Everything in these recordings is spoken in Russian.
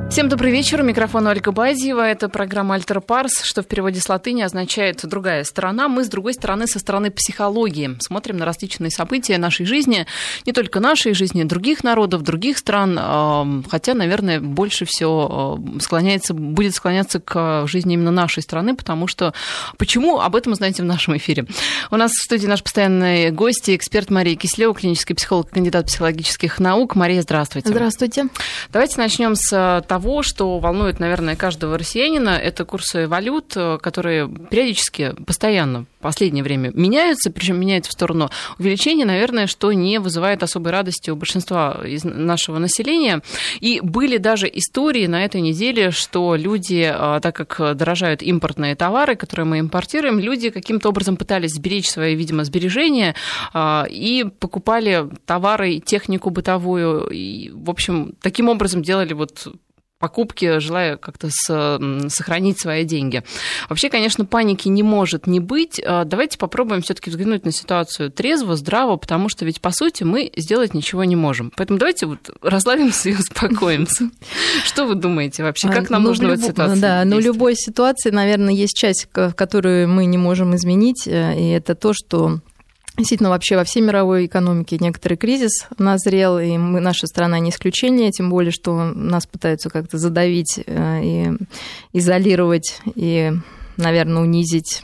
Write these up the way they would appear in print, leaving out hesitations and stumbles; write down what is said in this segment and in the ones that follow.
Всем добрый вечер. У микрофона Ольга Бадьева. Это программа «Альтер Парс», что в переводе с латыни означает «другая сторона». Мы, с другой стороны, со стороны психологии. Смотрим на различные события нашей жизни, не только нашей жизни, других народов, других стран. Хотя, наверное, больше всего будет склоняться к жизни именно нашей страны, потому что... Почему? Об этом узнаете в нашем эфире. У нас в студии наш постоянный гость, эксперт Мария Кислева, клинический психолог, кандидат психологических наук. Мария, здравствуйте. Здравствуйте. Давайте начнем с того, что волнует, наверное, каждого россиянина. Это курсы валют, которые периодически, постоянно, в последнее время меняются, причем меняются в сторону увеличения, наверное, что не вызывает особой радости у большинства из нашего населения. И были даже истории на этой неделе, что люди, так как дорожают импортные товары, которые мы импортируем, люди каким-то образом пытались сберечь свои, видимо, сбережения и покупали товары, технику бытовую. И, в общем, таким образом делали покупки, желая как-то сохранить свои деньги. Вообще, конечно, паники не может не быть. Давайте попробуем все-таки взглянуть на ситуацию трезво, здраво, потому что ведь, по сути, мы сделать ничего не можем. Поэтому давайте расслабимся и успокоимся. Что вы думаете вообще? Как нам нужно в этой ситуации действовать? В любой ситуации, наверное, есть часть, которую мы не можем изменить, и это то, что... Действительно, вообще во всей мировой экономике некоторый кризис назрел, и наша страна не исключение, тем более, что нас пытаются как-то задавить и изолировать, и, наверное, унизить,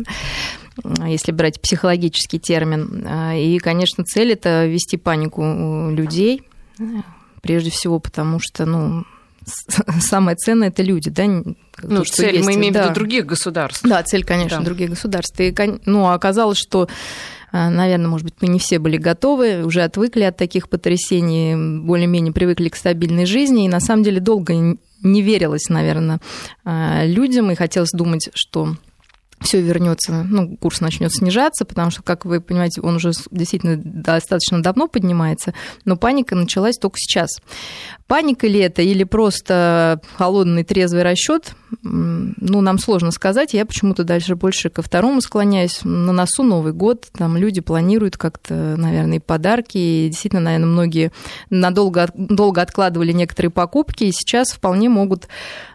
если брать психологический термин. И, конечно, цель – это ввести панику у людей, прежде всего, потому что, самое ценное – это люди, да? Цель есть, мы имеем в виду других государств. Да, цель, конечно, других государств. И, оказалось, что... Наверное, может быть, мы не все были готовы, уже отвыкли от таких потрясений, более-менее привыкли к стабильной жизни, и на самом деле долго не верилось, наверное, людям, и хотелось думать, что все вернется, курс начнет снижаться, потому что, как вы понимаете, он уже действительно достаточно давно поднимается, но паника началась только сейчас. Паника ли это или просто холодный трезвый расчет? Нам сложно сказать. Я почему-то дальше больше ко второму склоняюсь. На носу Новый год, там люди планируют как-то, наверное, и подарки, и действительно, наверное, многие долго откладывали некоторые покупки, и сейчас вполне могут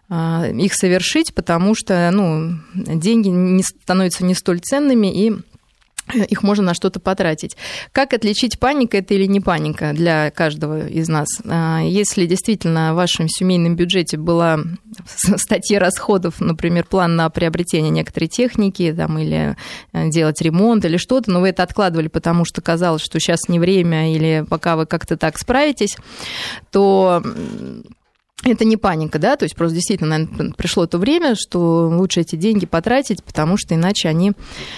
их совершить, потому что деньги становятся не столь ценными, и их можно на что-то потратить. Как отличить, паника это или не паника для каждого из нас? Если действительно в вашем семейном бюджете была в статье расходов, например, план на приобретение некоторой техники или делать ремонт или что-то, но вы это откладывали, потому что казалось, что сейчас не время или пока вы как-то так справитесь, то... Это не паника, да, то есть просто действительно, наверное, пришло то время, что лучше эти деньги потратить, потому что иначе они,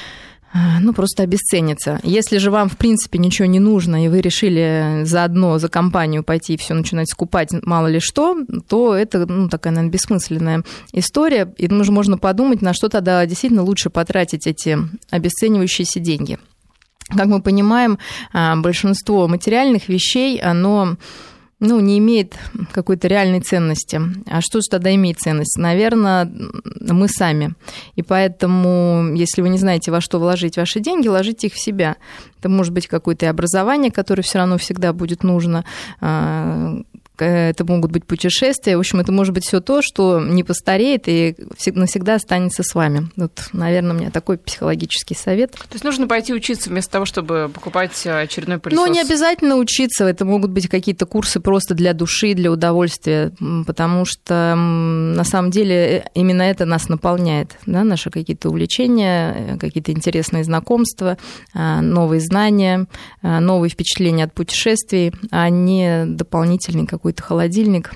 просто обесценятся. Если же вам, в принципе, ничего не нужно, и вы решили заодно за компанию пойти и все начинать скупать мало ли что, то это, такая, наверное, бессмысленная история, и можно подумать, на что тогда действительно лучше потратить эти обесценивающиеся деньги. Как мы понимаем, большинство материальных вещей, оно... не имеет какой-то реальной ценности. А что же тогда имеет ценность? Наверное, мы сами. И поэтому, если вы не знаете, во что вложить ваши деньги, ложите их в себя. Это может быть какое-то образование, которое все равно всегда будет нужно. Это могут быть путешествия. В общем, это может быть все то, что не постареет и навсегда останется с вами. Наверное, у меня такой психологический совет. То есть нужно пойти учиться вместо того, чтобы покупать очередной пылесос? Не обязательно учиться. Это могут быть какие-то курсы просто для души, для удовольствия, потому что на самом деле именно это нас наполняет. Да? Наши какие-то увлечения, какие-то интересные знакомства, новые знания, новые впечатления от путешествий, а не дополнительный какой-то холодильник.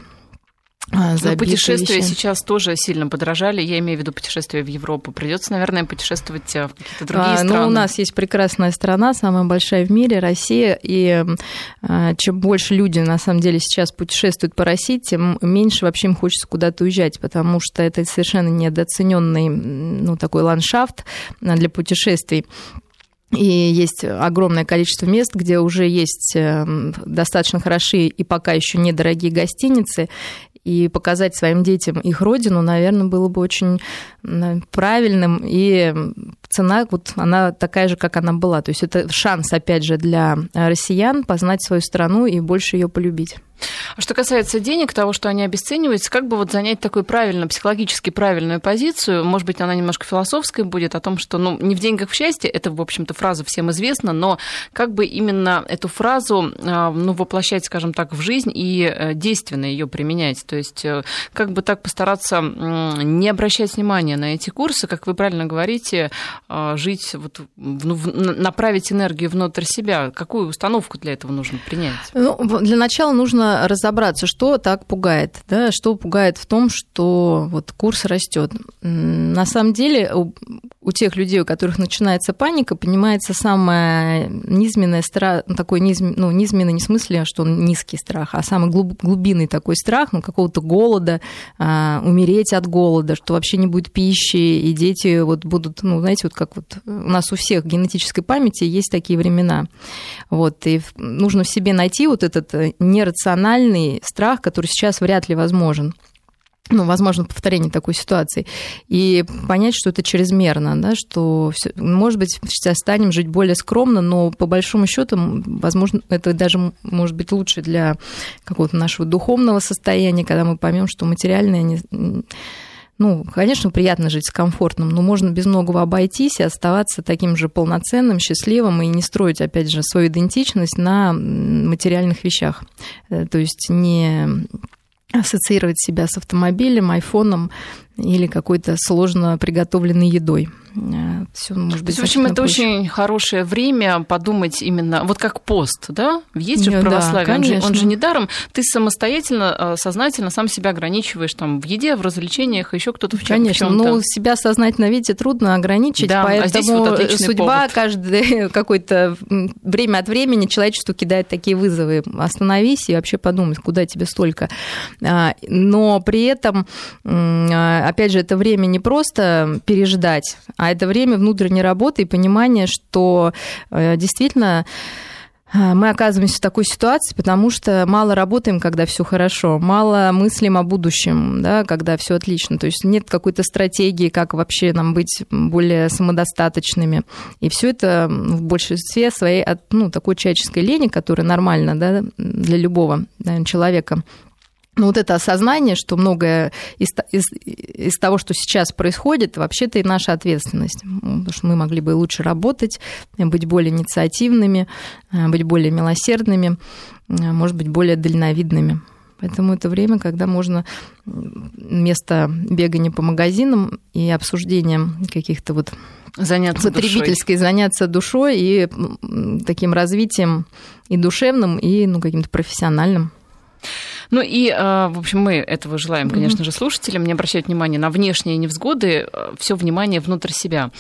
Путешествия сейчас тоже сильно подорожали. Я имею в виду путешествия в Европу. Придется, наверное, путешествовать в какие-то другие страны. У нас есть прекрасная страна, самая большая в мире, Россия. И чем больше люди, на самом деле, сейчас путешествуют по России, тем меньше вообще им хочется куда-то уезжать, потому что это совершенно недооцененный такой ландшафт для путешествий. И есть огромное количество мест, где уже есть достаточно хорошие и пока еще недорогие гостиницы. И показать своим детям их родину, наверное, было бы очень правильным. И цена, она такая же, как она была. То есть это шанс, опять же, для россиян познать свою страну и больше ее полюбить. А что касается денег, того, что они обесцениваются, как бы вот занять такую психологически правильную позицию, может быть, она немножко философской будет, о том, что не в деньгах в счастье, это, в общем-то, фраза всем известна, но как бы именно эту фразу воплощать, скажем так, в жизнь и действенно ее применять. То есть как бы так постараться не обращать внимания на эти курсы, как вы правильно говорите, жить, направить энергию внутрь себя. Какую установку для этого нужно принять? Для начала нужно разобраться, что так пугает, да, что пугает в том, что вот курс растет. На самом деле у тех людей, у которых начинается паника, понимается самое низменное страх, такой низменный не в смысле, что он низкий страх, а самый глубинный такой страх, какого-то голода, умереть от голода, что вообще не будет пищи, и дети вот будут, знаете, вот как вот у нас у всех в генетической памяти есть такие времена. Вот, и нужно в себе найти вот этот нерациональный страх, который сейчас вряд ли возможен. Возможно, повторение такой ситуации. И понять, что это чрезмерно, да, что, может быть, сейчас станем жить более скромно, но по большому счету, возможно, это даже может быть лучше для какого-то нашего духовного состояния, когда мы поймем, что материальное конечно, приятно жить с комфортным, но можно без многого обойтись и оставаться таким же полноценным, счастливым и не строить, опять же, свою идентичность на материальных вещах. То есть не ассоциировать себя с автомобилем, айфоном или какой-то сложно приготовленной едой. Всё может быть, в общем, это проще. Очень хорошее время подумать именно, вот как пост, да? Есть же в православии, он же не даром. Ты самостоятельно, сознательно сам себя ограничиваешь там в еде, в развлечениях, еще кто-то в чем-то. Конечно, себя сознательно, видите, трудно ограничить, да, поэтому судьба каждое какое-то время от времени человечеству кидает такие вызовы. Остановись и вообще подумай, куда тебе столько. Но при этом, опять же, это время не просто переждать, а это время внутренней работы и понимания, что действительно мы оказываемся в такой ситуации, потому что мало работаем, когда все хорошо, мало мыслим о будущем, да, когда все отлично. То есть нет какой-то стратегии, как вообще нам быть более самодостаточными. И все это в большинстве своей такой человеческой лени, которая нормальна, да, для любого, наверное, человека. Вот это осознание, что многое из того, что сейчас происходит, вообще-то и наша ответственность. Потому что мы могли бы лучше работать, быть более инициативными, быть более милосердными, может быть, более дальновидными. Поэтому это время, когда можно вместо бегания по магазинам и обсуждения каких-то потребительской заняться душой и таким развитием и душевным, и каким-то профессиональным. В общем, мы этого желаем, конечно же, слушателям, не обращать внимания на внешние невзгоды, все внимание внутрь себя.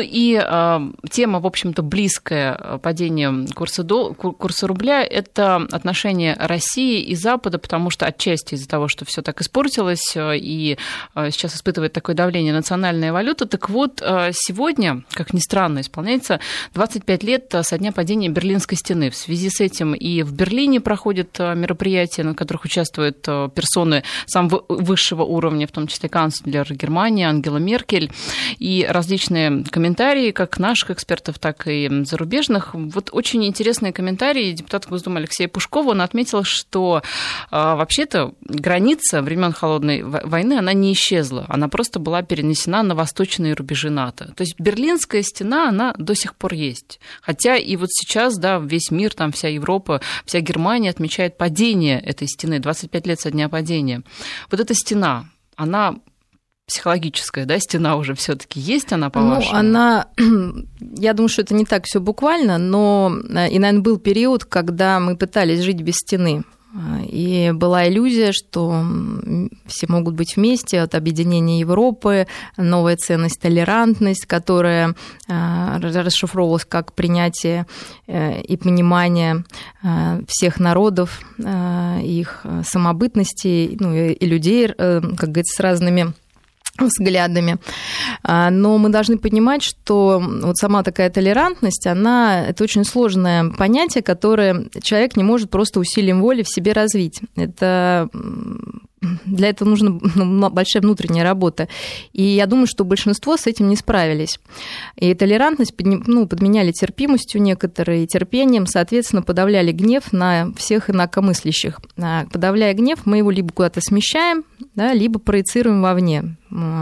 Тема, в общем-то, близкая падению курса рубля – это отношение России и Запада, потому что отчасти из-за того, что все так испортилось и сейчас испытывает такое давление национальная валюта. Так вот, сегодня, как ни странно, исполняется 25 лет со дня падения Берлинской стены. В связи с этим и в Берлине проходят мероприятия, на которых участвуют персоны самого высшего уровня, в том числе канцлер Германии Ангела Меркель, и различные комментарии, как наших экспертов, так и зарубежных. Вот очень интересные комментарии депутата Госдумы Алексея Пушкова. Он отметил, что вообще-то граница времен Холодной войны, она не исчезла, она просто была перенесена на восточные рубежи НАТО. То есть Берлинская стена, она до сих пор есть. Хотя и вот сейчас, да, весь мир, там вся Европа, вся Германия отмечает падение этой стены, 25 лет со дня падения. Вот эта стена, она психологическая, да, стена уже все-таки есть, она по-вашему? Я думаю, что это не так все буквально, но и, наверное, был период, когда мы пытались жить без стены. И была иллюзия, что все могут быть вместе, от объединения Европы, новая ценность, толерантность, которая расшифровывалась как принятие и понимание всех народов, их самобытности, и людей, как говорится, с разными взглядами. Но мы должны понимать, что вот сама такая толерантность, это очень сложное понятие, которое человек не может просто усилием воли в себе развить. Для этого нужна большая внутренняя работа. И я думаю, что большинство с этим не справились. И толерантность подменяли терпимостью некоторые, терпением, соответственно, подавляли гнев на всех инакомыслящих. Подавляя гнев, мы его либо куда-то смещаем, да, либо проецируем вовне.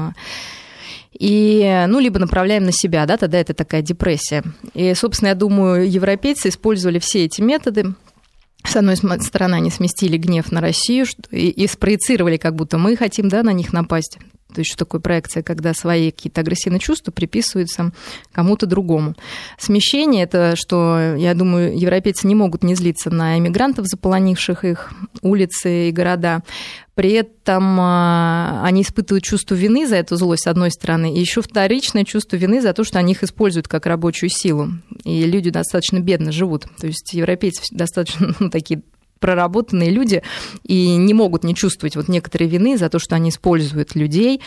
И, либо направляем на себя, да, тогда это такая депрессия. И, собственно, я думаю, европейцы использовали все эти методы. С одной стороны, они сместили гнев на Россию и спроецировали, как будто мы хотим, да, на них напасть. То есть, что такое проекция, когда свои какие-то агрессивные чувства приписываются кому-то другому. Смещение – это, что, я думаю, европейцы не могут не злиться на эмигрантов, заполонивших их улицы и города. При этом они испытывают чувство вины за эту злость, с одной стороны, и еще вторичное чувство вины за то, что они их используют как рабочую силу. И люди достаточно бедно живут. То есть европейцы достаточно такие проработанные люди и не могут не чувствовать вот некоторые вины за то, что они используют людей.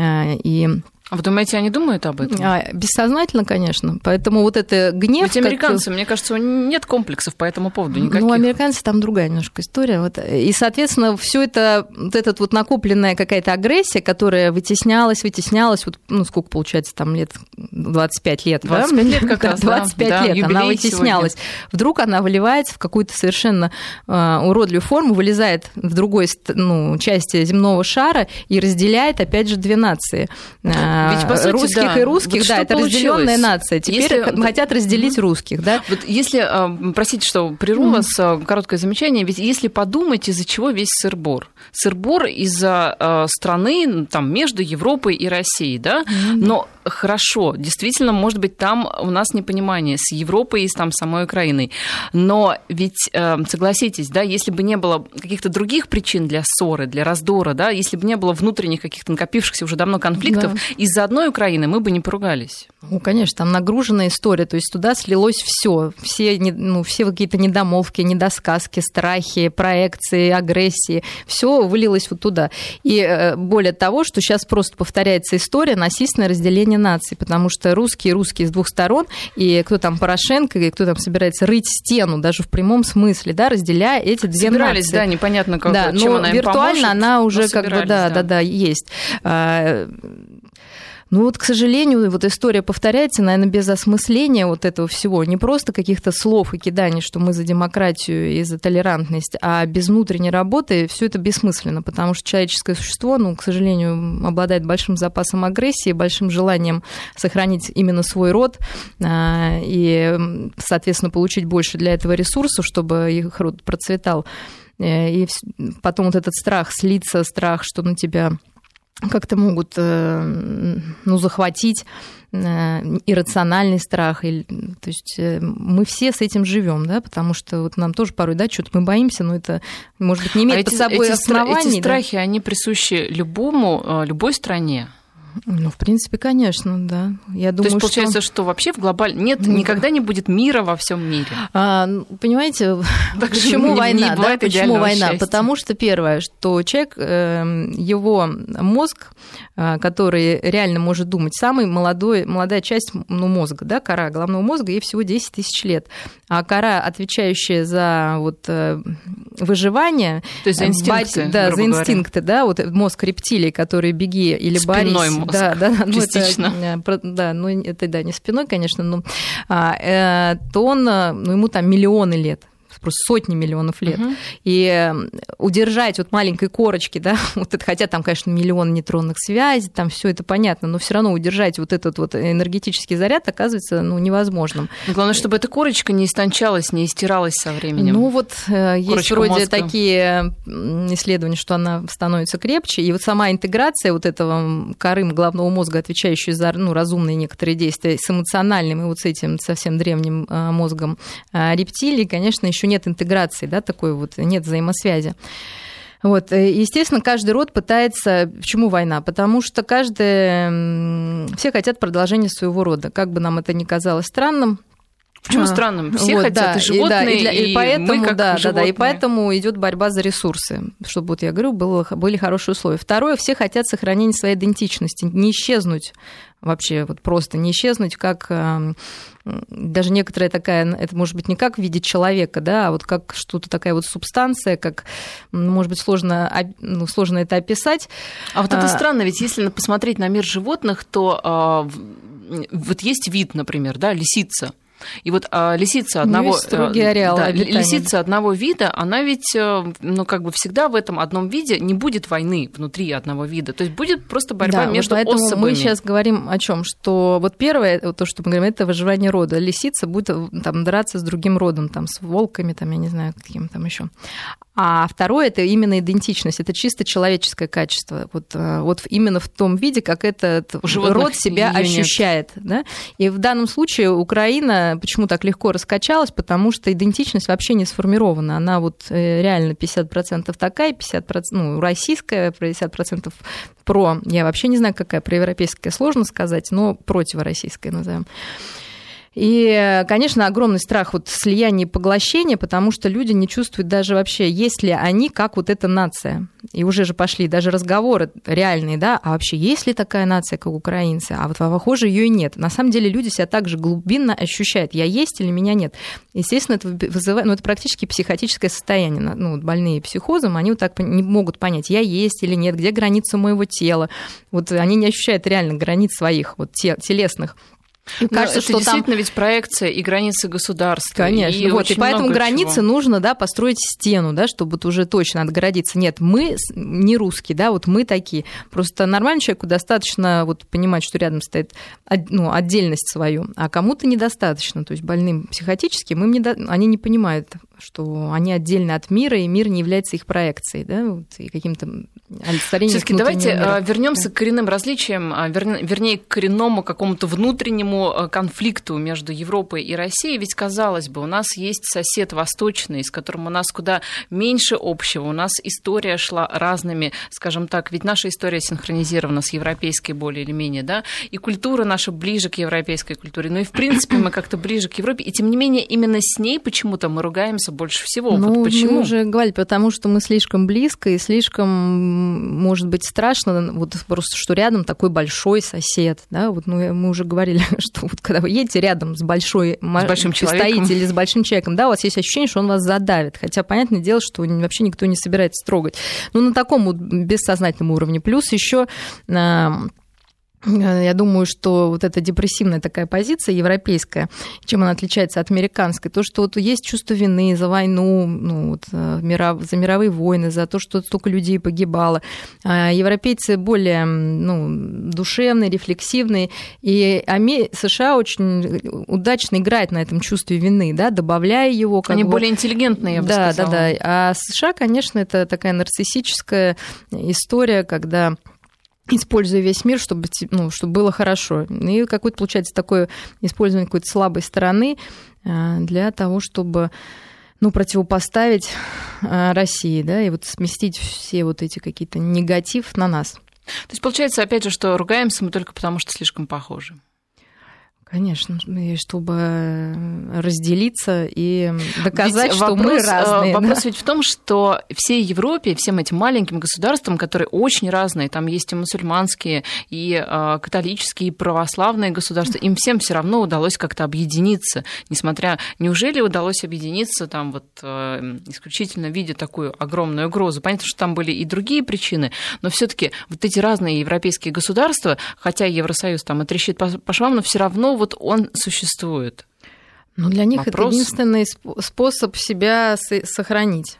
А вы думаете, они думают об этом? Бессознательно, конечно. Поэтому вот это гнев... Ведь американцы, мне кажется, нет комплексов по этому поводу никаких. Американцы, там другая немножко история. И, соответственно, все это, вот эта вот накопленная какая-то агрессия, которая вытеснялась, сколько получается, там лет 25 лет, 25 лет как раз, 25 лет она вытеснялась. Сегодня. Вдруг она выливается в какую-то совершенно уродливую форму, вылезает в другой части земного шара и разделяет, опять же, две нации. Ведь, по сути, русских и русских, вот да, это разделенная нация. Теперь хотят разделить русских, да? Вот если, простите, что прерву вас, короткое замечание, ведь если подумать, из-за чего весь сыр-бор? Сыр-бор из-за страны там, между Европой и Россией, да? Но хорошо, действительно, может быть, там у нас непонимание с Европой и с там, самой Украиной. Но ведь, согласитесь, да, если бы не было каких-то других причин для ссоры, для раздора, да, если бы не было внутренних каких-то накопившихся уже давно конфликтов, да. Из-за одной Украины мы бы не поругались. Конечно, там нагруженная история, то есть туда слилось все какие-то недомолвки, недосказки, страхи, проекции, агрессии, все вылилось вот туда. И более того, что сейчас просто повторяется история насильственное разделение наций, потому что русские с двух сторон, и кто там Порошенко, и кто там собирается рыть стену, даже в прямом смысле, да, разделяя эти две нации. Да, непонятно, чем она им поможет. Виртуально она уже как бы, да, есть. К сожалению, вот история повторяется, наверное, без осмысления вот этого всего. Не просто каких-то слов и киданий, что мы за демократию и за толерантность, а без внутренней работы все это бессмысленно, потому что человеческое существо, к сожалению, обладает большим запасом агрессии, большим желанием сохранить именно свой род и, соответственно, получить больше для этого ресурсов, чтобы их род процветал. И потом вот этот страх слиться, страх, что на тебя как-то могут захватить, иррациональный страх. То есть мы все с этим живем, да, потому что вот нам тоже порой, да, что-то мы боимся, но это, может быть, не имеет под собой оснований. Эти страхи, они присущи любой стране. В принципе, конечно, да. Я думаю, то есть получается, что вообще в глобальном никогда не будет мира во всем мире. Понимаете, почему война? Да? Почему война? Потому что первое, что человек, его мозг, который реально может думать, молодая часть мозга, да, кора головного мозга, ей всего 10 тысяч лет. А кора, отвечающая за выживание, то есть за инстинкты, за инстинкты, да, вот мозг рептилий, который беги или борись. Да, частично. Это не спиной, конечно, то он, ему там миллионы лет. Просто сотни миллионов лет. И удержать вот маленькой корочки, да, вот это, хотя там, конечно, миллион нейтронных связей, там все это понятно, но все равно удержать вот этот вот энергетический заряд оказывается невозможным. Но главное, чтобы эта корочка не истончалась, не истиралась со временем. Есть вроде такие исследования, что она становится крепче, и вот сама интеграция вот этого коры головного мозга, отвечающей за разумные некоторые действия, с эмоциональным и вот с этим совсем древним мозгом рептилий, конечно, еще нет интеграции, да, такой вот, нет взаимосвязи. Вот. Естественно, каждый род пытается... Почему война? Потому что все хотят продолжения своего рода. Как бы нам это ни казалось странным, Почему странным? Все хотят, и животные, и поэтому, мы как животные. И поэтому идет борьба за ресурсы, чтобы, вот я говорю, были хорошие условия. Второе, все хотят сохранения своей идентичности, не исчезнуть вообще, вот просто не исчезнуть, как даже некоторая такая, это может быть не как в виде человека, да, а вот как что-то такая вот субстанция, как, может быть, сложно это описать. А вот это странно, ведь если посмотреть на мир животных, то вот есть вид, например, да, лисица. И вот лисица одного, лисица одного вида, она ведь, как бы всегда в этом одном виде не будет войны внутри одного вида. То есть будет просто борьба между поэтому особами. Мы сейчас говорим о чем, что вот первое, то, что мы говорим, это выживание рода. Лисица будет там драться с другим родом, там, с волками, там, я не знаю, каким там еще. А второе – это именно идентичность, это чисто человеческое качество. Вот именно в том виде, как этот род себя ощущает. Да? И в данном случае Украина почему так легко раскачалась, потому что идентичность вообще не сформирована. Она вот реально 50% такая, 50% российская, 50% про, я вообще не знаю, какая проевропейская, сложно сказать, но противороссийская назовем. И, конечно, огромный страх вот слияния и поглощения, потому что люди не чувствуют даже вообще, есть ли они как вот эта нация. И уже же пошли даже разговоры реальные, да, а вообще есть ли такая нация, как украинцы? А вот похоже, ее и нет. На самом деле люди себя также глубинно ощущают, я есть или меня нет. Естественно, это вызывает, это практически психотическое состояние. Больные психозом, они вот так не могут понять, я есть или нет, где граница моего тела. Вот они не ощущают реально границ своих, вот телесных. Кажется, что действительно ведь проекция и границы государства. Конечно, и поэтому границы нужно, да, построить стену, да, чтобы вот уже точно отгородиться. Нет, мы не русские, да, вот мы такие. Просто нормальному человеку достаточно вот понимать, что рядом стоит отдельность свою, а кому-то недостаточно. То есть больным психотическим они не понимают, что они отдельны от мира, и мир не является их проекцией, да, вот, и каким-то олицетворением. Все-таки давайте вернемся к коренным различиям, вернее, к коренному какому-то внутреннему конфликту между Европой и Россией. Ведь, казалось бы, у нас есть сосед восточный, с которым у нас куда меньше общего, у нас история шла разными, скажем так, ведь наша история синхронизирована с европейской более или менее, да, и культура наша ближе к европейской культуре, но и, в принципе, мы как-то ближе к Европе, и, тем не менее, именно с ней почему-то мы ругаемся больше всего. Вот почему? Мы уже говорили, потому что мы слишком близко и слишком, может быть, страшно, вот просто, что рядом такой большой сосед, да, вот мы уже говорили, что вот когда вы едете рядом с большим человеком, стоите или с большим человеком, да, у вас есть ощущение, что он вас задавит, хотя понятное дело, что вообще никто не собирается трогать. Но на таком вот бессознательном уровне. Плюс еще я думаю, что вот эта депрессивная такая позиция европейская, чем она отличается от американской, то, что вот есть чувство вины за войну, за мировые войны, за то, что столько людей погибало. Европейцы более душевные, рефлексивные, и США очень удачно играет на этом чувстве вины, да, добавляя его. Они более интеллигентные, я бы сказала. Да. А США, конечно, это такая нарциссическая история, когда используя весь мир, чтобы было хорошо. И какое-то, получается, такое использование какой-то слабой стороны для того, чтобы противопоставить России, да, и вот сместить все вот эти какие-то негатив на нас. То есть получается, опять же, что ругаемся мы только потому, что слишком похожи. Конечно, чтобы разделиться и доказать, что мы разные. Вопрос ведь в том, что всей Европе, всем этим маленьким государствам, которые очень разные, там есть и мусульманские, и католические, и православные государства, им всем все равно удалось как-то объединиться, неужели удалось объединиться там вот исключительно видя такую огромную угрозу? Понятно, что там были и другие причины, но все-таки вот эти разные европейские государства, хотя Евросоюз там и трещит по швам, но все равно вот он существует. Для них это единственный способ себя сохранить.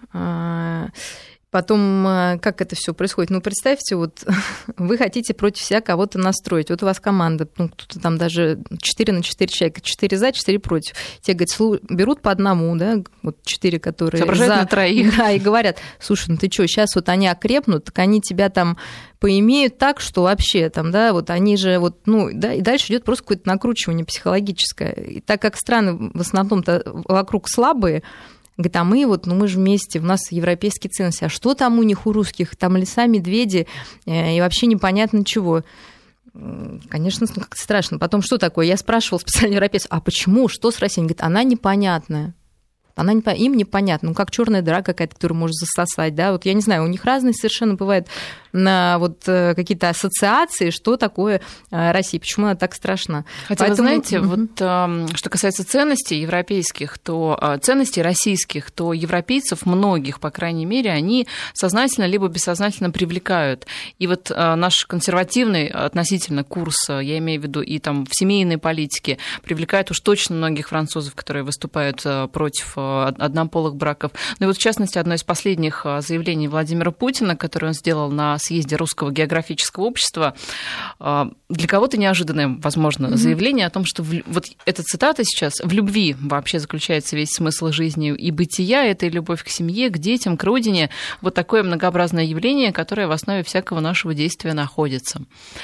Потом, как это все происходит? Представьте, вот вы хотите против себя кого-то настроить. Вот у вас команда, кто-то там даже 4 на 4 человека, 4 за, 4 против. Те, говорят, берут по одному, да, вот 4, которые соображают за, на троих. Да, и говорят, слушай, ты что, сейчас вот они окрепнут, так они тебя там поимеют так, что вообще там, да, вот они же вот, да, и дальше идет просто какое-то накручивание психологическое. И так как страны в основном-то вокруг слабые, говорит, мы же вместе, у нас европейские ценности, а что там у них, у русских, там леса, медведи, и вообще непонятно чего. конечно, как-то страшно. Потом, что такое? Я спрашивала специально европейцев, а почему? Что с Россией? Они говорят, она непонятная. Им непонятно, как черная дыра какая-то, которую может засосать, да, вот я не знаю, у них разные совершенно бывают вот какие-то ассоциации, что такое Россия, почему она так страшна. Хотя, вы знаете, вот что касается ценностей европейских, то ценностей российских, то европейцев многих, по крайней мере, они сознательно либо бессознательно привлекают. И вот наш консервативный относительно курс, я имею в виду и там в семейной политике, привлекает уж точно многих французов, которые выступают против однополых браков. Ну и вот, в частности, одно из последних заявлений Владимира Путина, которое он сделал на съезде Русского географического общества, для кого-то неожиданное, возможно, заявление о том, что вот эта цитата сейчас: «В любви вообще заключается весь смысл жизни и бытия, это и любовь к семье, к детям, к родине». Вот такое многообразное явление, которое в основе всякого нашего действия находится.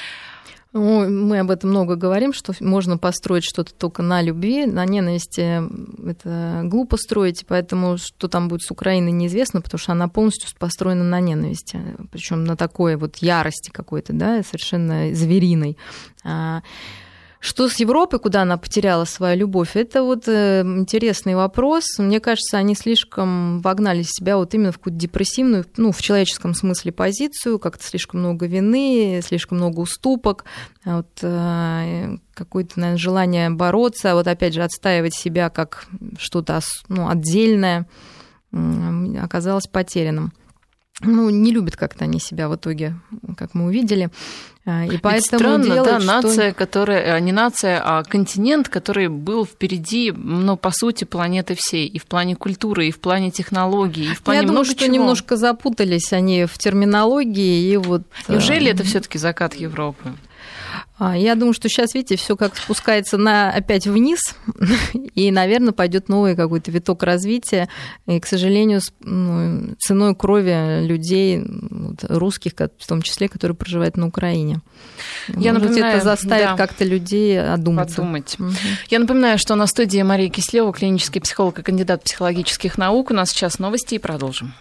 Мы об этом много говорим, что можно построить что-то только на любви, на ненависти это глупо строить, поэтому что там будет с Украиной, неизвестно, потому что она полностью построена на ненависти, причем на такой вот ярости какой-то, да, совершенно звериной. Что с Европой, куда она потеряла свою любовь, это вот интересный вопрос. Мне кажется, они слишком вогнали себя вот именно в какую-то депрессивную, ну, в человеческом смысле позицию, как-то слишком много вины, слишком много уступок, вот, какое-то, наверное, желание бороться, вот опять же отстаивать себя как что-то, ну, отдельное, оказалось потерянным. Ну, не любят как-то они себя в итоге, как мы увидели. И поэтому странно, делают, да, что... нация, которая, не нация, а континент, который был впереди, ну, по сути, планеты всей, и в плане культуры, и в плане технологий, и в плане Я думаю, что чего. немножко запутались они в терминологии, и вот... Неужели это все-таки закат Европы? Я думаю, что сейчас, видите, все как спускается опять вниз, и, наверное, пойдет новый какой-то виток развития. И, к сожалению, ценой крови людей, русских, в том числе, которые проживают на Украине. Я напоминаю, это заставит как-то людей подумать. Угу. Я напоминаю, что на студии Мария Кислева, клинический психолог и кандидат психологических наук. У нас сейчас новости, и продолжим.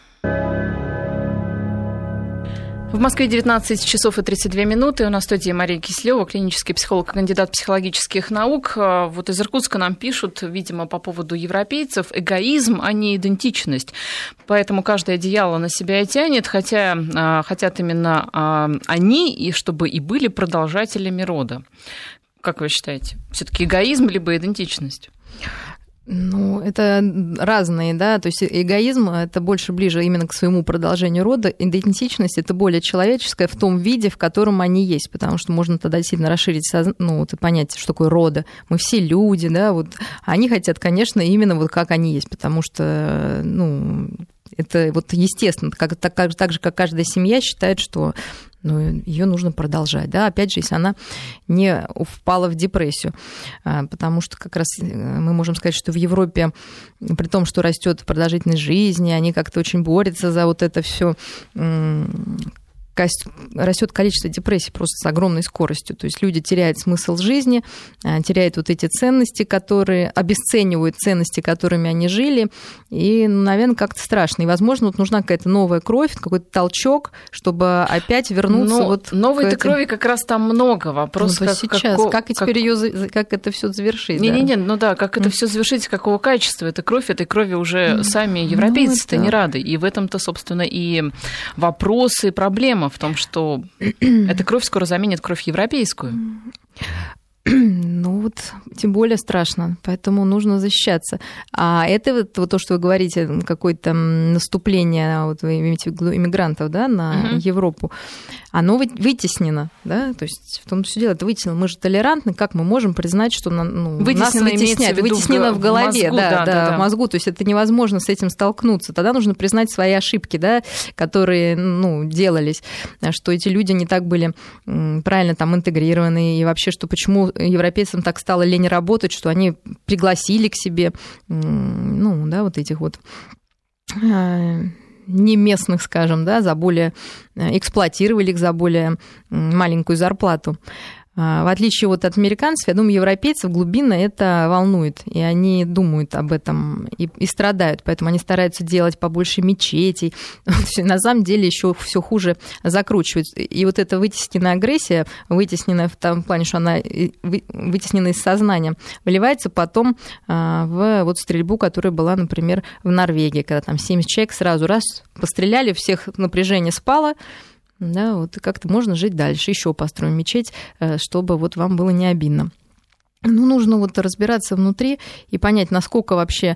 В Москве 19 часов и 32 минуты. У нас в студии Мария Кислева, клинический психолог и кандидат психологических наук. Вот из Иркутска нам пишут, видимо, по поводу европейцев: эгоизм, а не идентичность. Поэтому каждое одеяло на себя и тянет, хотя хотят именно они, и чтобы и были продолжателями рода. Как вы считаете, все-таки эгоизм либо идентичность? Ну, это разные, да, то есть эгоизм – это больше ближе именно к своему продолжению рода, идентичность – это более человеческая в том виде, в котором они есть, потому что можно тогда действительно расширить вот, понятие, что такое рода. Мы все люди, да, вот, они хотят, конечно, именно вот как они есть, потому что, ну, это вот естественно, так же, как каждая семья считает, что ее нужно продолжать, да, опять же, если она не впала в депрессию, потому что как раз мы можем сказать, что в Европе, при том, что растет продолжительность жизни, они как-то очень борются за вот это все. Растет количество депрессий просто с огромной скоростью. То есть люди теряют смысл жизни, теряют вот эти ценности, которые обесценивают ценности, которыми они жили. И, наверное, как-то страшно. И, возможно, вот нужна какая-то новая кровь, какой-то толчок, чтобы опять вернуться. Но вот новой-то крови как раз там много. Вопрос, как сейчас. Как это все завершить? Не-не-не, ну да, как это все завершить, какого качества эта кровь, этой крови уже сами европейцы-то не рады. И в этом-то, собственно, и вопросы, и проблемы в том, что эта кровь скоро заменит кровь европейскую. Ну вот, тем более страшно, поэтому нужно защищаться. А это вот то, что вы говорите, какое-то наступление, вот вы имеете в виду иммигрантов, да, на Европу, оно вытеснено, да, то есть в том все дело, это вытеснено. Мы же толерантны, как мы можем признать, что нас вытесняют? Вытеснено в голове, в мозгу, то есть это невозможно с этим столкнуться. Тогда нужно признать свои ошибки, да, которые, делались, что эти люди не так были правильно там интегрированы, и вообще, что почему европейцам так стало лень работать, что они пригласили к себе, вот этих вот не местных, скажем, да, эксплуатировали их за более маленькую зарплату. В отличие вот от американцев, я думаю, европейцев глубинно это волнует, и они думают об этом и страдают, поэтому они стараются делать побольше мечетей. На самом деле еще все хуже закручивается. И вот эта вытесненная агрессия, вытесненная в том плане, что она вытеснена из сознания, выливается потом в вот стрельбу, которая была, например, в Норвегии, когда там 70 человек сразу раз постреляли, всех напряжение спало, да, вот как-то можно жить дальше, еще построим мечеть, чтобы вот вам было не обидно. Ну, нужно вот разбираться внутри и понять, насколько вообще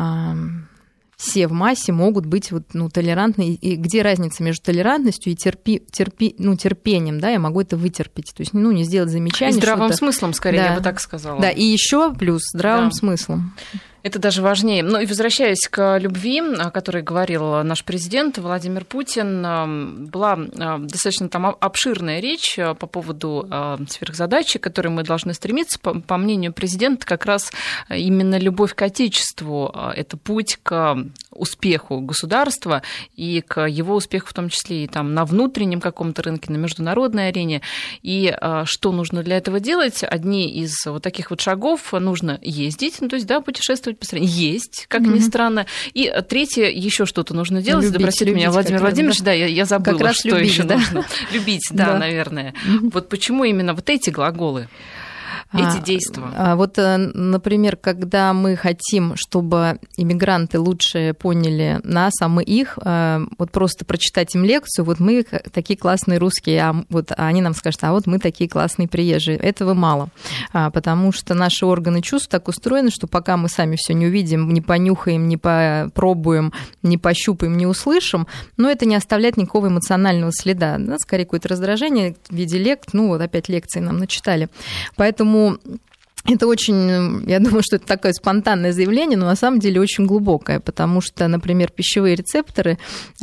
все в массе могут быть вот, толерантны, и где разница между толерантностью и терпением, да, я могу это вытерпеть, то есть, не сделать замечание. И здравым смыслом, скорее, да. Я бы так сказала. Да, и еще плюс здравым смыслом. Это даже важнее. Ну и возвращаясь к любви, о которой говорил наш президент Владимир Путин, была достаточно там обширная речь по поводу сверхзадачи, к которой мы должны стремиться. По мнению президента, как раз именно любовь к Отечеству – это путь к успеху государства и к его успеху в том числе и там на внутреннем каком-то рынке, на международной арене. И что нужно для этого делать? Одни из вот таких вот шагов нужно ездить, то есть, да, путешествовать по стране. Есть, как ни странно. И третье, еще что-то нужно делать. Да простите меня, Владимир Владимирович, да, я забыла, как что еще нужно. Любить, да, наверное. Вот почему именно вот эти глаголы? Эти действия. Вот, например, когда мы хотим, чтобы иммигранты лучше поняли нас, а мы их, вот просто прочитать им лекцию, вот мы такие классные русские, а вот они нам скажут, а вот мы такие классные приезжие. Этого мало, потому что наши органы чувств так устроены, что пока мы сами все не увидим, не понюхаем, не попробуем, не пощупаем, не услышим, но это не оставляет никакого эмоционального следа, да, скорее какое-то раздражение в виде лекций, вот опять лекции нам начитали. Поэтому это очень, я думаю, что это такое спонтанное заявление, но на самом деле очень глубокое, потому что, например, пищевые рецепторы,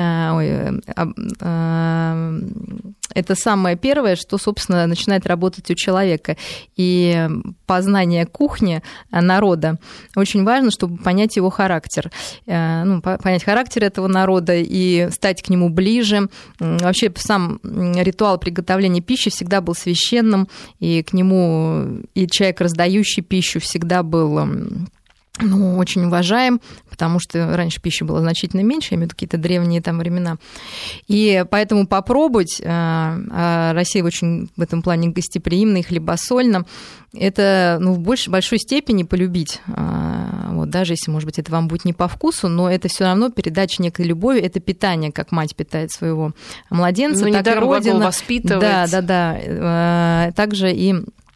это самое первое, что, собственно, начинает работать у человека. И познание кухни народа очень важно, чтобы понять его характер. Понять характер этого народа и стать к нему ближе. Вообще сам ритуал приготовления пищи всегда был священным, и к нему и человек, раздающий пищу, всегда был очень уважаем, потому что раньше пищи было значительно меньше, я имею в виду какие-то древние там времена. И поэтому попробовать, Россия очень в этом плане гостеприимна и хлебосольна, это в большой степени полюбить. Вот, даже если, может быть, это вам будет не по вкусу, но это все равно передача некой любови, это питание, как мать питает своего младенца, так и Родина. Воспитывать. Да. Также и,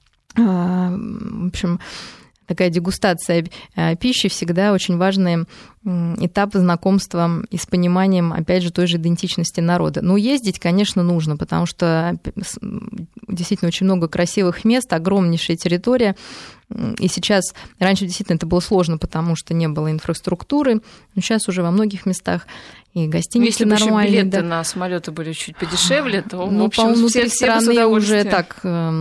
в общем, такая дегустация пищи всегда очень важный этап знакомства и с пониманием, опять же, той же идентичности народа. Но ездить, конечно, нужно, потому что действительно очень много красивых мест, огромнейшая территория. И сейчас, раньше действительно это было сложно, потому что не было инфраструктуры, но сейчас уже во многих местах и гостиницы нормальные. Если бы билеты на самолеты были чуть подешевле, то, в общем, внутри страны уже так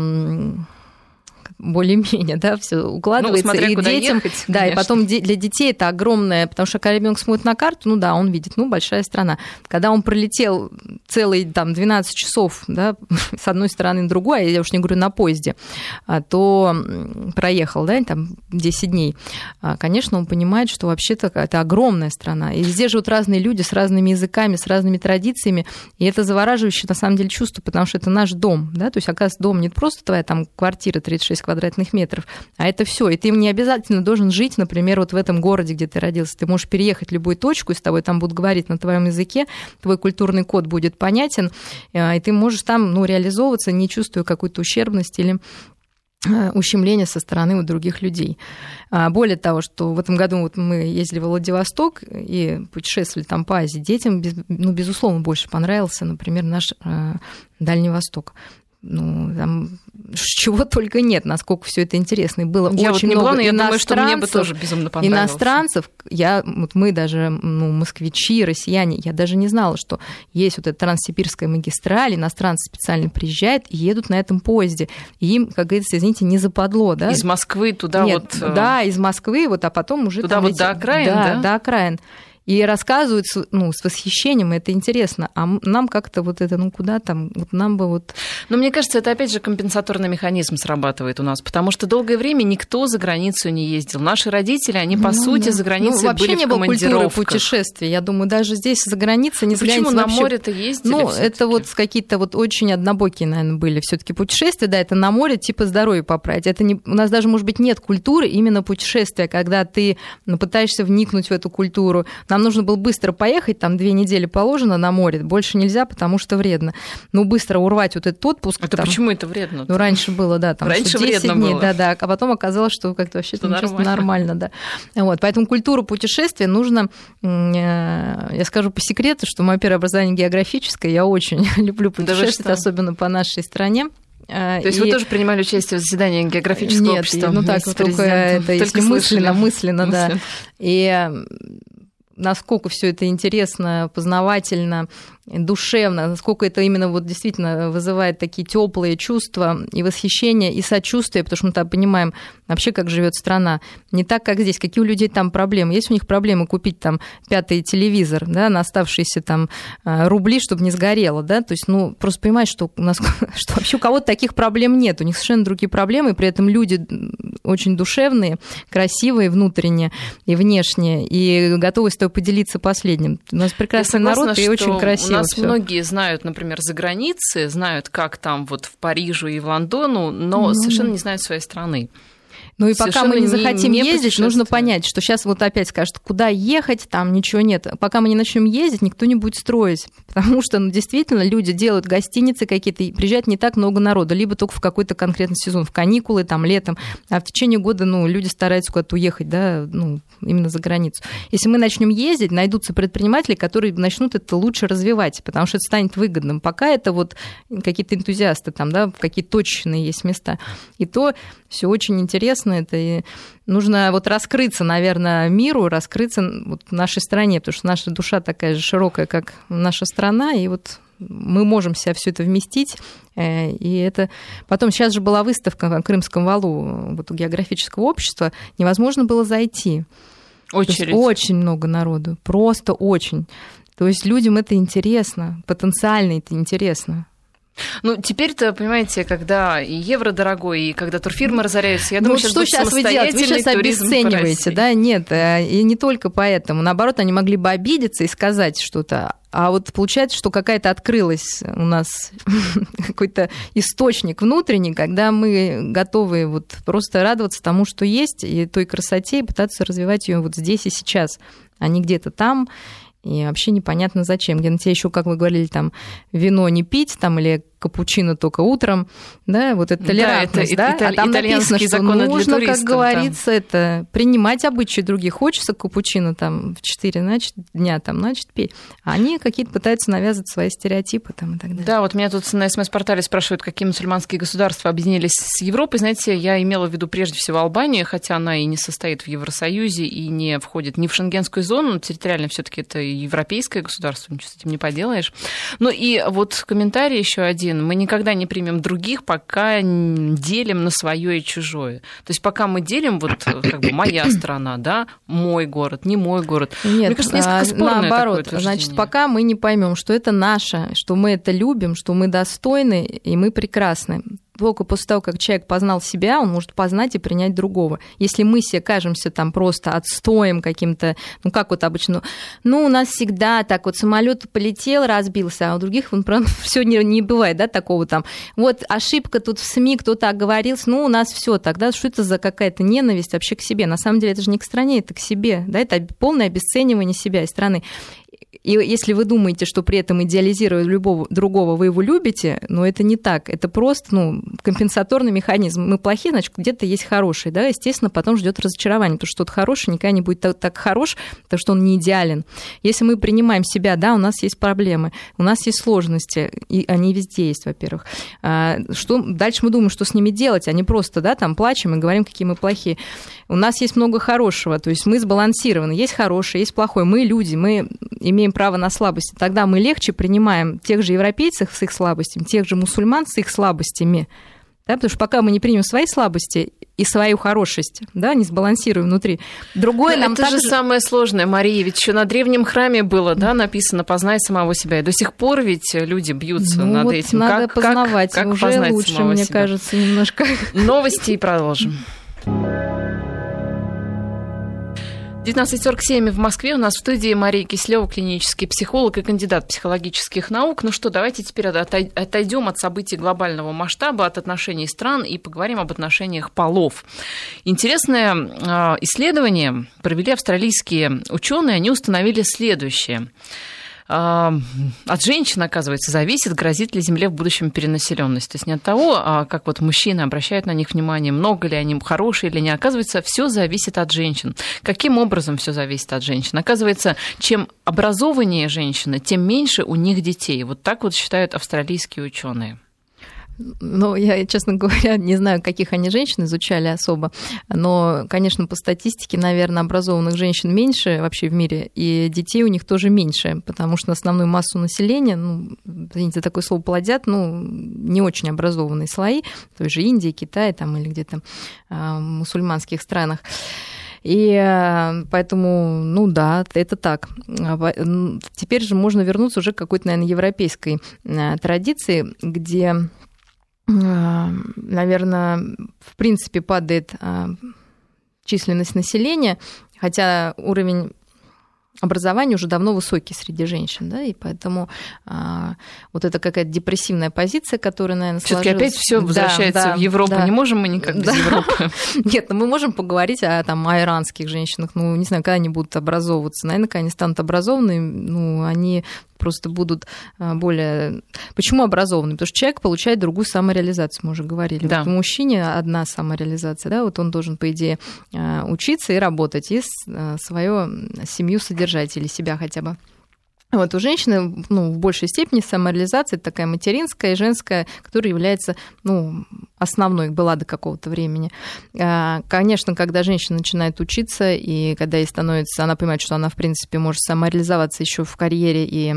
более-менее, да, все укладывается. Смотря и куда детям, ехать, да, конечно. И потом для детей это огромное, потому что когда ребенок смотрит на карту, он видит, большая страна. Когда он пролетел целые 12 часов, да, с одной стороны на другую, а я уж не говорю на поезде, то проехал, да, там 10 дней, конечно, он понимает, что вообще-то это огромная страна. И везде живут разные люди с разными языками, с разными традициями, и это завораживающее, на самом деле, чувство, потому что это наш дом, да, то есть, оказывается, дом не просто твоя там квартира 36 квадратных метров, а это все. И ты не обязательно должен жить, например, вот в этом городе, где ты родился. Ты можешь переехать в любую точку, и с тобой там будут говорить на твоем языке, твой культурный код будет понятен, и ты можешь там реализовываться, не чувствуя какую-то ущербность или ущемление со стороны у других людей. Более того, что в этом году мы ездили в Владивосток и путешествовали там по Азии. Детям, безусловно, больше понравился, например, наш Дальний Восток. Там чего только нет, насколько все это интересно. И было очень много иностранцев. Я думаю, что мне бы тоже безумно понравилось. Иностранцев, мы даже, москвичи, россияне, я даже не знала, что есть вот эта Транссибирская магистраль, иностранцы специально приезжают и едут на этом поезде. И им, как говорится, извините, не западло, да? Из Москвы туда. Нет, да, из Москвы, а потом уже туда там до окраин, да? До окраин. и рассказывают с восхищением, и это интересно. А нам как-то вот это, куда там, вот нам бы вот... Но мне кажется, это опять же компенсаторный механизм срабатывает у нас, потому что долгое время никто за границу не ездил. Наши родители, они, по сути, за границей были в командировках. Вообще не было культуры путешествий. Я думаю, даже здесь за границей не Почему на море-то ездили? Это вот какие-то вот очень однобокие, наверное, были все-таки путешествия. Да, это на море, типа здоровье поправить. Это не... У нас даже, может быть, нет культуры именно путешествия, когда ты пытаешься вникнуть в эту культуру. Нам нужно было быстро поехать, там 2 недели положено на море, больше нельзя, потому что вредно. Быстро урвать вот этот отпуск. Это там... Почему это вредно? Раньше было, да, там раньше 10 вредно дней, было. Да, а потом оказалось, что как-то вообще нормально, да. Вот, поэтому культуру путешествия нужно, я скажу по секрету, что мое первое образование географическое, я очень люблю путешествовать, особенно по нашей стране. То есть вы тоже принимали участие в заседании географического общества? Нет, так вот только это, если мысленно, да. И насколько все это интересно, познавательно, душевно, насколько это именно вот действительно вызывает такие теплые чувства и восхищение, и сочувствие, потому что мы там понимаем вообще, как живет страна. Не так, как здесь. Какие у людей там проблемы? Есть у них проблемы купить там 5-й телевизор, да, на оставшиеся там рубли, чтобы не сгорело, да? То есть, просто понимаешь, что вообще у кого-то таких проблем нет. У них совершенно другие проблемы, и при этом люди очень душевные, красивые внутренне и внешне, и готовы с тобой поделиться последним. У нас прекрасный народ и очень красивый. У нас многие знают, например, за границей, знают, как там вот в Париже и в Лондоне, но совершенно не знают своей страны. И пока мы не захотим ездить, нужно понять, что сейчас вот опять скажут, куда ехать, там ничего нет. Пока мы не начнем ездить, никто не будет строить, потому что действительно люди делают гостиницы какие-то, и приезжает не так много народа, либо только в какой-то конкретный сезон, в каникулы, там, летом, а в течение года, люди стараются куда-то уехать, да, именно за границу. Если мы начнем ездить, найдутся предприниматели, которые начнут это лучше развивать, потому что это станет выгодным. Пока это вот какие-то энтузиасты там, да, какие-то точечные есть места. И то все очень интересно. Это и нужно вот раскрыться, наверное, миру, раскрыться вот в нашей стране, потому что наша душа такая же широкая, как наша страна, и вот мы можем себя все это вместить. И это... Потом сейчас же была выставка в Крымском валу вот, у географического общества, невозможно было зайти. Очередь. Очень много народу, просто очень. То есть людям это интересно, потенциально это интересно. Теперь-то, понимаете, когда и евро дорогой, и когда турфирмы разоряются, я думаю, что сейчас вы делаете? Вы сейчас обесцениваете, да? Нет, и не только поэтому. Наоборот, они могли бы обидеться и сказать что-то. А вот получается, что какая-то открылась у нас какой-то источник внутренний, когда мы готовы вот просто радоваться тому, что есть, и той красоте, и пытаться развивать ее вот здесь и сейчас, а не где-то там. И вообще непонятно зачем. Где на тебя еще, как вы говорили, там вино не пить, там или капучино только утром, да, вот это толерантность, да, а там написано, что нужно, как говорится, это принимать обычаи других. Хочется капучино там в 4 дня, там, значит, пей. А они какие-то пытаются навязывать свои стереотипы там и так далее. Да, вот меня тут на СМС-портале спрашивают, какие мусульманские государства объединились с Европой. Знаете, я имела в виду прежде всего Албанию, хотя она и не состоит в Евросоюзе, и не входит ни в шенгенскую зону, но территориально все-таки это европейское государство, ничего с этим не поделаешь. И вот комментарий еще один. Мы никогда не примем других, пока делим на свое и чужое. То есть пока мы делим, вот как бы моя страна, да, мой город, не мой город. Нет, мне кажется, несколько спорное наоборот, такое утверждение. Значит, пока мы не поймем, что это наше, что мы это любим, что мы достойны и мы прекрасны. Только после того, как человек познал себя, он может познать и принять другого. Если мы себе кажемся там просто отстоем каким-то, как вот обычно, у нас всегда так вот самолет полетел, разбился, а у других все не бывает, да, такого там. Вот ошибка тут в СМИ, кто-то оговорился, у нас все тогда, что это за какая-то ненависть вообще к себе? На самом деле это же не к стране, это к себе, да, это полное обесценивание себя и страны. И если вы думаете, что при этом идеализируя любого другого вы его любите, это не так. Это просто компенсаторный механизм. Мы плохие, значит, где-то есть хороший. Да? Естественно, потом ждет разочарование, потому что что-то хорошее никогда не будет так хорош, потому что он не идеален. Если мы принимаем себя, да, у нас есть проблемы, у нас есть сложности, и они везде есть, во-первых. Дальше мы думаем, что с ними делать, а не просто, да, там плачем и говорим, какие мы плохие. У нас есть много хорошего, то есть мы сбалансированы. Есть хорошее, есть плохое. Мы люди, мы имеем право на слабости. Тогда мы легче принимаем тех же европейцев с их слабостями, тех же мусульман с их слабостями. Да, потому что пока мы не примем свои слабости и свою хорошесть, да, не сбалансируем внутри, другое нам это же самое сложное, Мария, ведь еще на древнем храме было, да, написано «познай самого себя», и до сих пор ведь люди бьются над вот этим. Надо познавать, как уже познать лучше, самого мне себя? Кажется, немножко. Новости и продолжим. 19:47 в Москве. У нас в студии Мария Киселева, клинический психолог и кандидат психологических наук. Ну что, давайте теперь отойдем от событий глобального масштаба, от отношений стран и поговорим об отношениях полов. Интересное исследование провели австралийские ученые. Они установили следующее. От женщин, оказывается, зависит, грозит ли Земле в будущем перенаселенность. То есть не от того, как вот мужчины обращают на них внимание, много ли они хорошие или не. Оказывается, все зависит от женщин. Каким образом все зависит от женщин? Оказывается, чем образованнее женщина, тем меньше у них детей. Вот так вот считают австралийские ученые. Ну, я, честно говоря, не знаю, каких они женщин изучали особо, но, конечно, по статистике, наверное, образованных женщин меньше вообще в мире, и детей у них тоже меньше, потому что основную массу населения, извините, такое слово, плодят, не очень образованные слои, в той же Индии, Китае там, или где-то в мусульманских странах. И поэтому, да, это так. Теперь же можно вернуться уже к какой-то, наверное, европейской традиции, где, наверное, в принципе падает численность населения, хотя уровень образование уже давно высокий среди женщин, да, и поэтому вот это какая-то депрессивная позиция, которая, наверное, сложилась. Всё-таки опять все возвращается в Европу. Да. Не можем мы никак без Европы. Нет, мы можем поговорить о иранских женщинах. Не знаю, когда они будут образовываться. Наверное, когда они станут образованными, они просто будут более... Почему образованными? Потому что человек получает другую самореализацию, мы уже говорили. Да. Вот у мужчине одна самореализация, да, вот он должен, по идее, учиться и работать, и свою семью содержать, или себя хотя бы. Вот у женщины в большей степени самореализация такая материнская и женская, которая является основной, была до какого-то времени. Конечно, когда женщина начинает учиться, и когда ей становится, она понимает, что она, в принципе, может самореализоваться еще в карьере и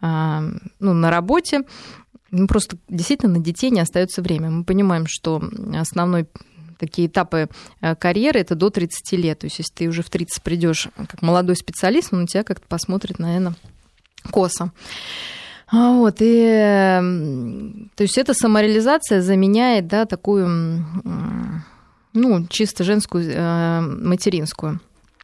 на работе, просто действительно на детей не остается время. Мы понимаем, что основной такие этапы карьеры это до 30 лет. То есть, если ты уже в 30 придешь как молодой специалист, на тебя как-то посмотрит, наверное, косо. Вот, то есть эта самореализация заменяет, да, такую, чисто женскую, материнскую.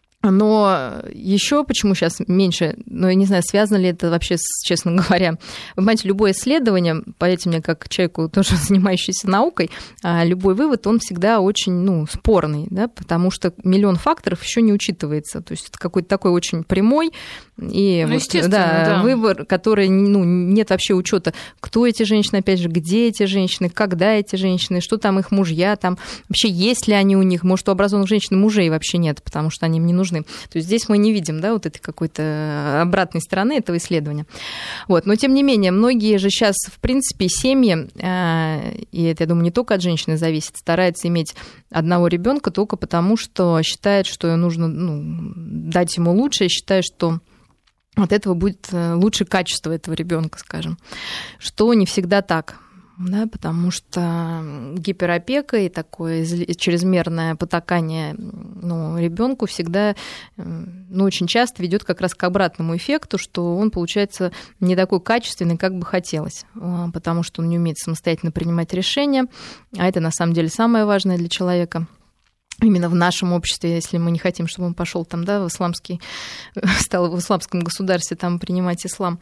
Но еще почему сейчас меньше, я не знаю, связано ли это вообще, честно говоря. Вы понимаете, любое исследование, поверьте мне, как человеку, тоже занимающейся наукой, любой вывод, он всегда очень, спорный, да, потому что миллион факторов еще не учитывается. То есть это какой-то такой очень прямой и выбор, который, нет вообще учета, кто эти женщины, опять же, где эти женщины, когда эти женщины, что там их мужья, там вообще есть ли они у них, может, у образованных женщин мужей вообще нет, потому что они им не нужны. То есть здесь мы не видим, да, вот этой какой-то обратной стороны этого исследования. Вот. Но, тем не менее, многие же сейчас, в принципе, семьи, и это, я думаю, не только от женщины зависит, стараются иметь одного ребенка только потому, что считают, что нужно дать ему лучше, и считают, что от этого будет лучше качество этого ребенка, скажем, что не всегда так. Да, потому что гиперопека и такое чрезмерное потакание ребенку всегда, очень часто ведет как раз к обратному эффекту, что он получается не такой качественный, как бы хотелось, потому что он не умеет самостоятельно принимать решения, а это на самом деле самое важное для человека. Именно в нашем обществе, если мы не хотим, чтобы он пошел там, да, стал в исламском государстве там принимать ислам.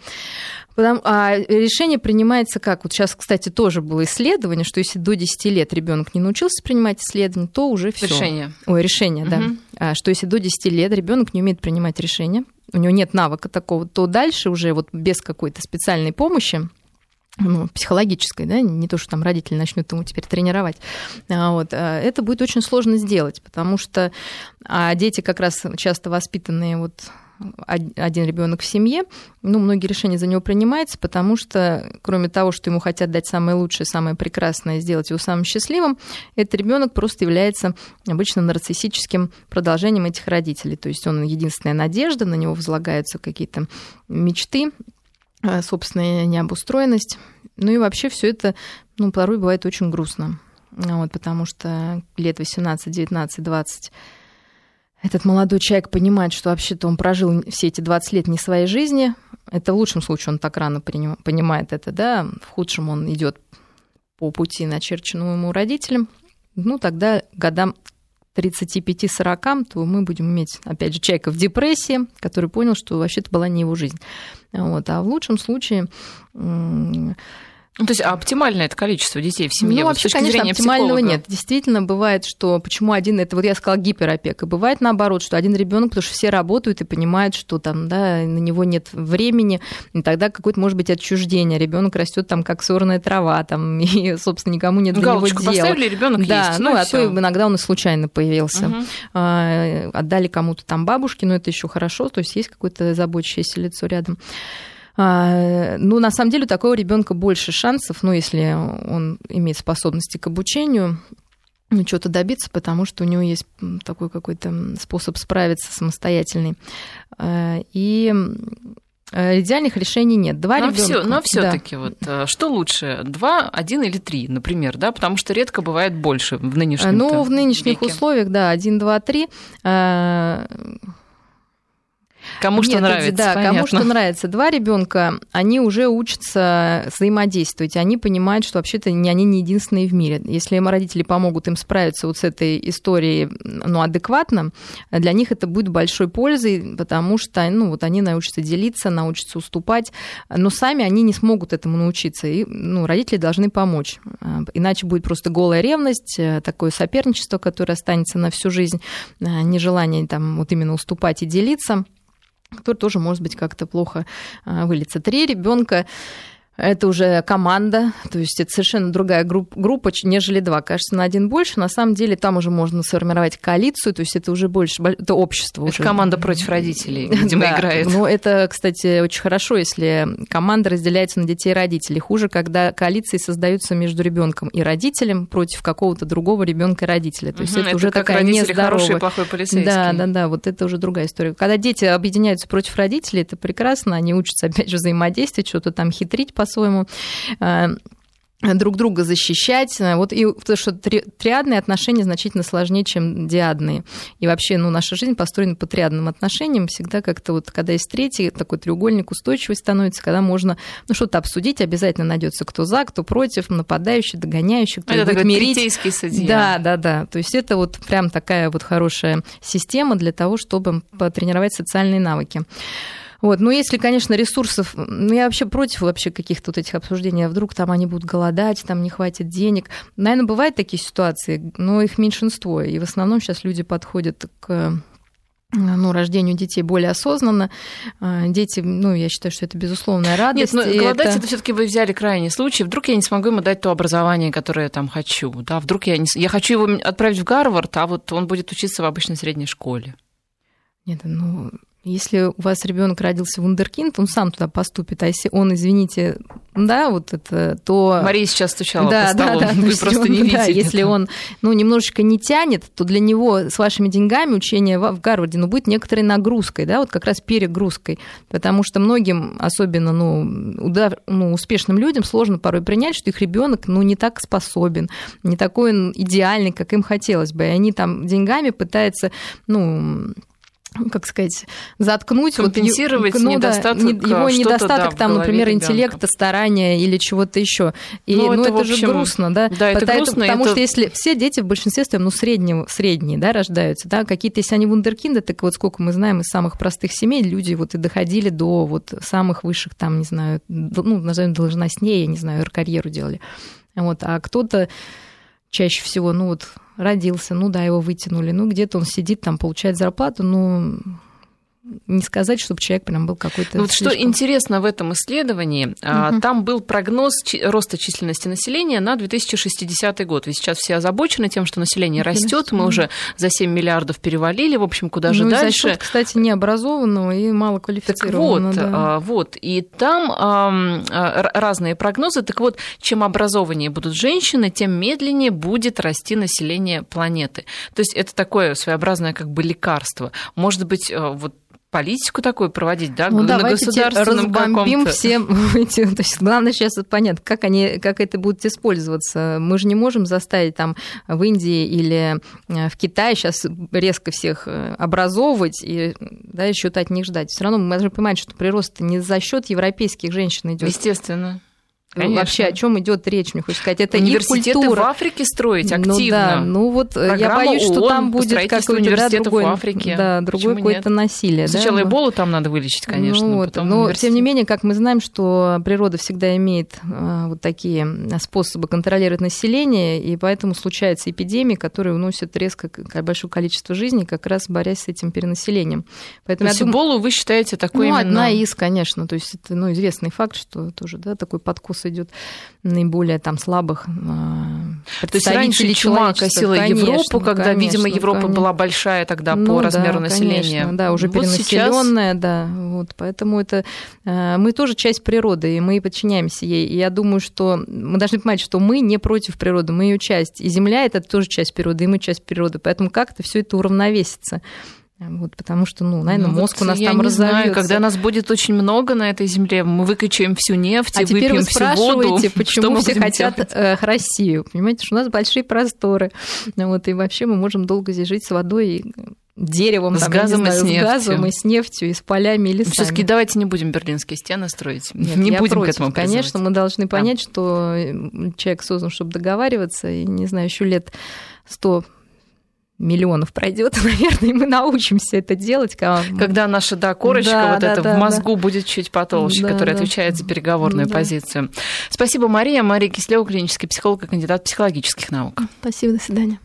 А решение принимается как? Вот сейчас, кстати, тоже было исследование, что если до 10 лет ребенок не научился принимать исследования, то уже все. Решение, да. Что если до 10 лет ребенок не умеет принимать решения, у него нет навыка такого, то дальше уже вот без какой-то специальной помощи, психологической, да, не то, что там родители начнут ему теперь тренировать, это будет очень сложно сделать, потому что дети как раз часто воспитанные один ребенок в семье, многие решения за него принимаются, потому что, кроме того, что ему хотят дать самое лучшее, самое прекрасное, сделать его самым счастливым, этот ребенок просто является обычно нарциссическим продолжением этих родителей. То есть он единственная надежда, на него возлагаются какие-то мечты, собственная необустроенность. И вообще все это, порой бывает очень грустно. вот, потому что лет 18, 19, 20 этот молодой человек понимает, что вообще-то он прожил все эти 20 лет не своей жизни. Это в лучшем случае он так рано понимает это, да, в худшем он идет по пути, начерченному ему родителям. Ну, тогда годам 35-40, то мы будем иметь, опять же, человека в депрессии, который понял, что вообще-то была не его жизнь. Вот. А в лучшем случае... То есть, а оптимальное это количество детей в семье? Ну, вообще, конечно, оптимального нет. Действительно, бывает, что почему один, это вот я сказала гиперопека, бывает наоборот, что один ребенок, потому что все работают и понимают, что там, да, на него нет времени, и тогда какое-то, может быть, отчуждение. Ребенок растет там, как сорная трава, там, и, собственно, никому нет до него дела. Поставили, ребенок да, есть. Ну, а то иногда он и случайно появился. Отдали кому-то там бабушке, но это еще хорошо, то есть есть какое-то заботящееся лицо рядом. Ну, на самом деле, у такого ребенка больше шансов, ну, если он имеет способности к обучению, чего-то добиться, потому что у него есть такой какой-то способ справиться самостоятельный. И идеальных решений нет. Но все-таки вот что лучше, 2, 1 или 3, например, да, потому что редко бывает больше в нынешнем веке. Ну, в нынешних условиях, да, 1, 2, 3. Кому что нравится, да, понятно. Кому что нравится. 2 ребенка, они уже учатся взаимодействовать, они понимают, что вообще-то они не единственные в мире. Если им родители помогут им справиться вот с этой историей, ну, адекватно, для них это будет большой пользой, потому что, ну, вот они научатся делиться, научатся уступать, но сами они не смогут этому научиться, и, ну, родители должны помочь. Иначе будет просто голая ревность, такое соперничество, которое останется на всю жизнь, нежелание там вот именно уступать и делиться, который тоже, может быть, как-то плохо выльется. 3 ребенка это уже команда, то есть это совершенно другая группа, нежели 2. Кажется, на 1 больше. На самом деле там уже можно сформировать коалицию, то есть это уже больше, это общество. Это уже команда против родителей, видимо, да, играет. Ну, это, кстати, очень хорошо, если команда разделяется на детей и родителей. Хуже, когда коалиции создаются между ребенком и родителем против какого-то другого ребенка и родителя. То есть это уже такая нездоровая. Хороший и плохой полицейский. Да, вот это уже другая история. Когда дети объединяются против родителей, это прекрасно, они учатся, опять же, взаимодействовать, что-то там хитрить по-своему, друг друга защищать. Вот, и то, что триадные отношения значительно сложнее, чем диадные. И вообще, ну, наша жизнь построена по триадным отношениям. Всегда как-то вот, когда есть третий, такой треугольник устойчивый становится, когда можно, ну, что-то обсудить, обязательно найдется кто за, кто против, нападающий, догоняющий, кто это будет мирить. Третейский судья. Да. То есть это вот прям такая вот хорошая система для того, чтобы потренировать социальные навыки. Вот. Ну, если, конечно, ресурсов... Ну, я вообще против вообще каких-то вот этих обсуждений. А вдруг там они будут голодать, там не хватит денег. Наверное, бывают такие ситуации, но их меньшинство. И в основном сейчас люди подходят к рождению детей более осознанно. Дети, ну, я считаю, что это безусловная радость. Нет, но голодать это все-таки вы взяли крайний случай. Вдруг я не смогу ему дать то образование, которое я там хочу. Да? Вдруг я хочу его отправить в Гарвард, а вот он будет учиться в обычной средней школе. Нет, ну... Если у вас ребенок родился вундеркинд, он сам туда поступит. А если он, извините, да, вот это, то... Мария сейчас стучала по столу, да, вы просто не видите. Если он, немножечко не тянет, то для него с вашими деньгами учение в Гарварде, будет некоторой нагрузкой, да, вот как раз перегрузкой. Потому что многим, особенно, успешным людям сложно порой принять, что их ребенок, не так способен, не такой он идеальный, как им хотелось бы. И они там деньгами пытаются, как сказать, заткнуть, компенсировать недостаток, его недостаток, там, например, интеллекта, старания или чего-то еще. И это же грустно, да? Да, это грустно. Потому что если все дети в большинстве своем, средние, да, рождаются, да, какие-то, если они вундеркинды, так вот сколько мы знаем из самых простых семей, люди вот и доходили до вот самых высших, там, не знаю, назовем должностнее, я не знаю, карьеру делали. Вот, а кто-то чаще всего, родился, его вытянули, где-то он сидит, там, получает зарплату, не сказать, чтобы человек прям был какой-то... Вот слишком... Что интересно в этом исследовании, там был прогноз роста численности населения на 2060 год. Ведь сейчас все озабочены тем, что население растет, мы уже за 7 миллиардов перевалили, в общем, куда же дальше? За счёт, кстати, необразованного и малоквалифицированного. Так вот, и там разные прогнозы. Так вот, чем образованнее будут женщины, тем медленнее будет расти население планеты. То есть это такое своеобразное как бы лекарство. Может быть, политику такую проводить, да, ну, на государственном разбомбим все эти... То есть главное сейчас понятно, как это будет использоваться. Мы же не можем заставить там в Индии или в Китае сейчас резко всех образовывать и да, еще от них ждать. Все равно мы должны понимать, что прирост не за счет европейских женщин идет. Естественно. Конечно. Вообще, о чем идет речь, мне хочется сказать, это университеты их культура. в Африке строить активно. Ну да, ну вот программа я боюсь, что ООН там будет какое-то другое, в Африке. Да, другое какое-то насилие. Сначала да? Эболу там надо вылечить, конечно. Ну, вот, но тем не менее, как мы знаем, что природа всегда имеет вот такие способы контролировать население, и поэтому случаются эпидемии, которые уносят резко большое количество жизней, как раз борясь с этим перенаселением. Поэтому, то есть Эболу вы считаете такой именно... одна из, конечно, то есть это известный факт, что тоже да, такой подкос идет наиболее там слабых представителей чума косила Европу, когда, видимо, Европа была большая тогда по размеру населения. Конечно, да, уже перенаселенная, сейчас... да. Вот, поэтому это мы тоже часть природы, и мы подчиняемся ей. И я думаю, что мы должны понимать, что мы не против природы, мы ее часть. И Земля — это тоже часть природы, и мы часть природы. Поэтому как-то все это уравновесится. Вот, потому что, наверное, мозг у нас там разовьется. Когда нас будет очень много на этой земле, мы выкачаем всю нефть и выпьем всю воду. А теперь вы спрашиваете, почему все хотят Россию. Понимаете, что у нас большие просторы. Вот, и вообще мы можем долго здесь жить с водой и деревом, с газом и с нефтью, и с полями, и лесами. Все-таки давайте не будем Берлинские стены строить. Нет, не будем против. К этому призывать. Конечно, мы должны понять, что человек создан, чтобы договариваться, и, не знаю, еще лет 100 миллионов пройдет, наверное, и мы научимся это делать. Когда наша корочка в мозгу будет чуть потолще, которая отвечает за переговорную позицию. Спасибо, Мария. Мария Кислева, клинический психолог и кандидат психологических наук. Спасибо, до свидания.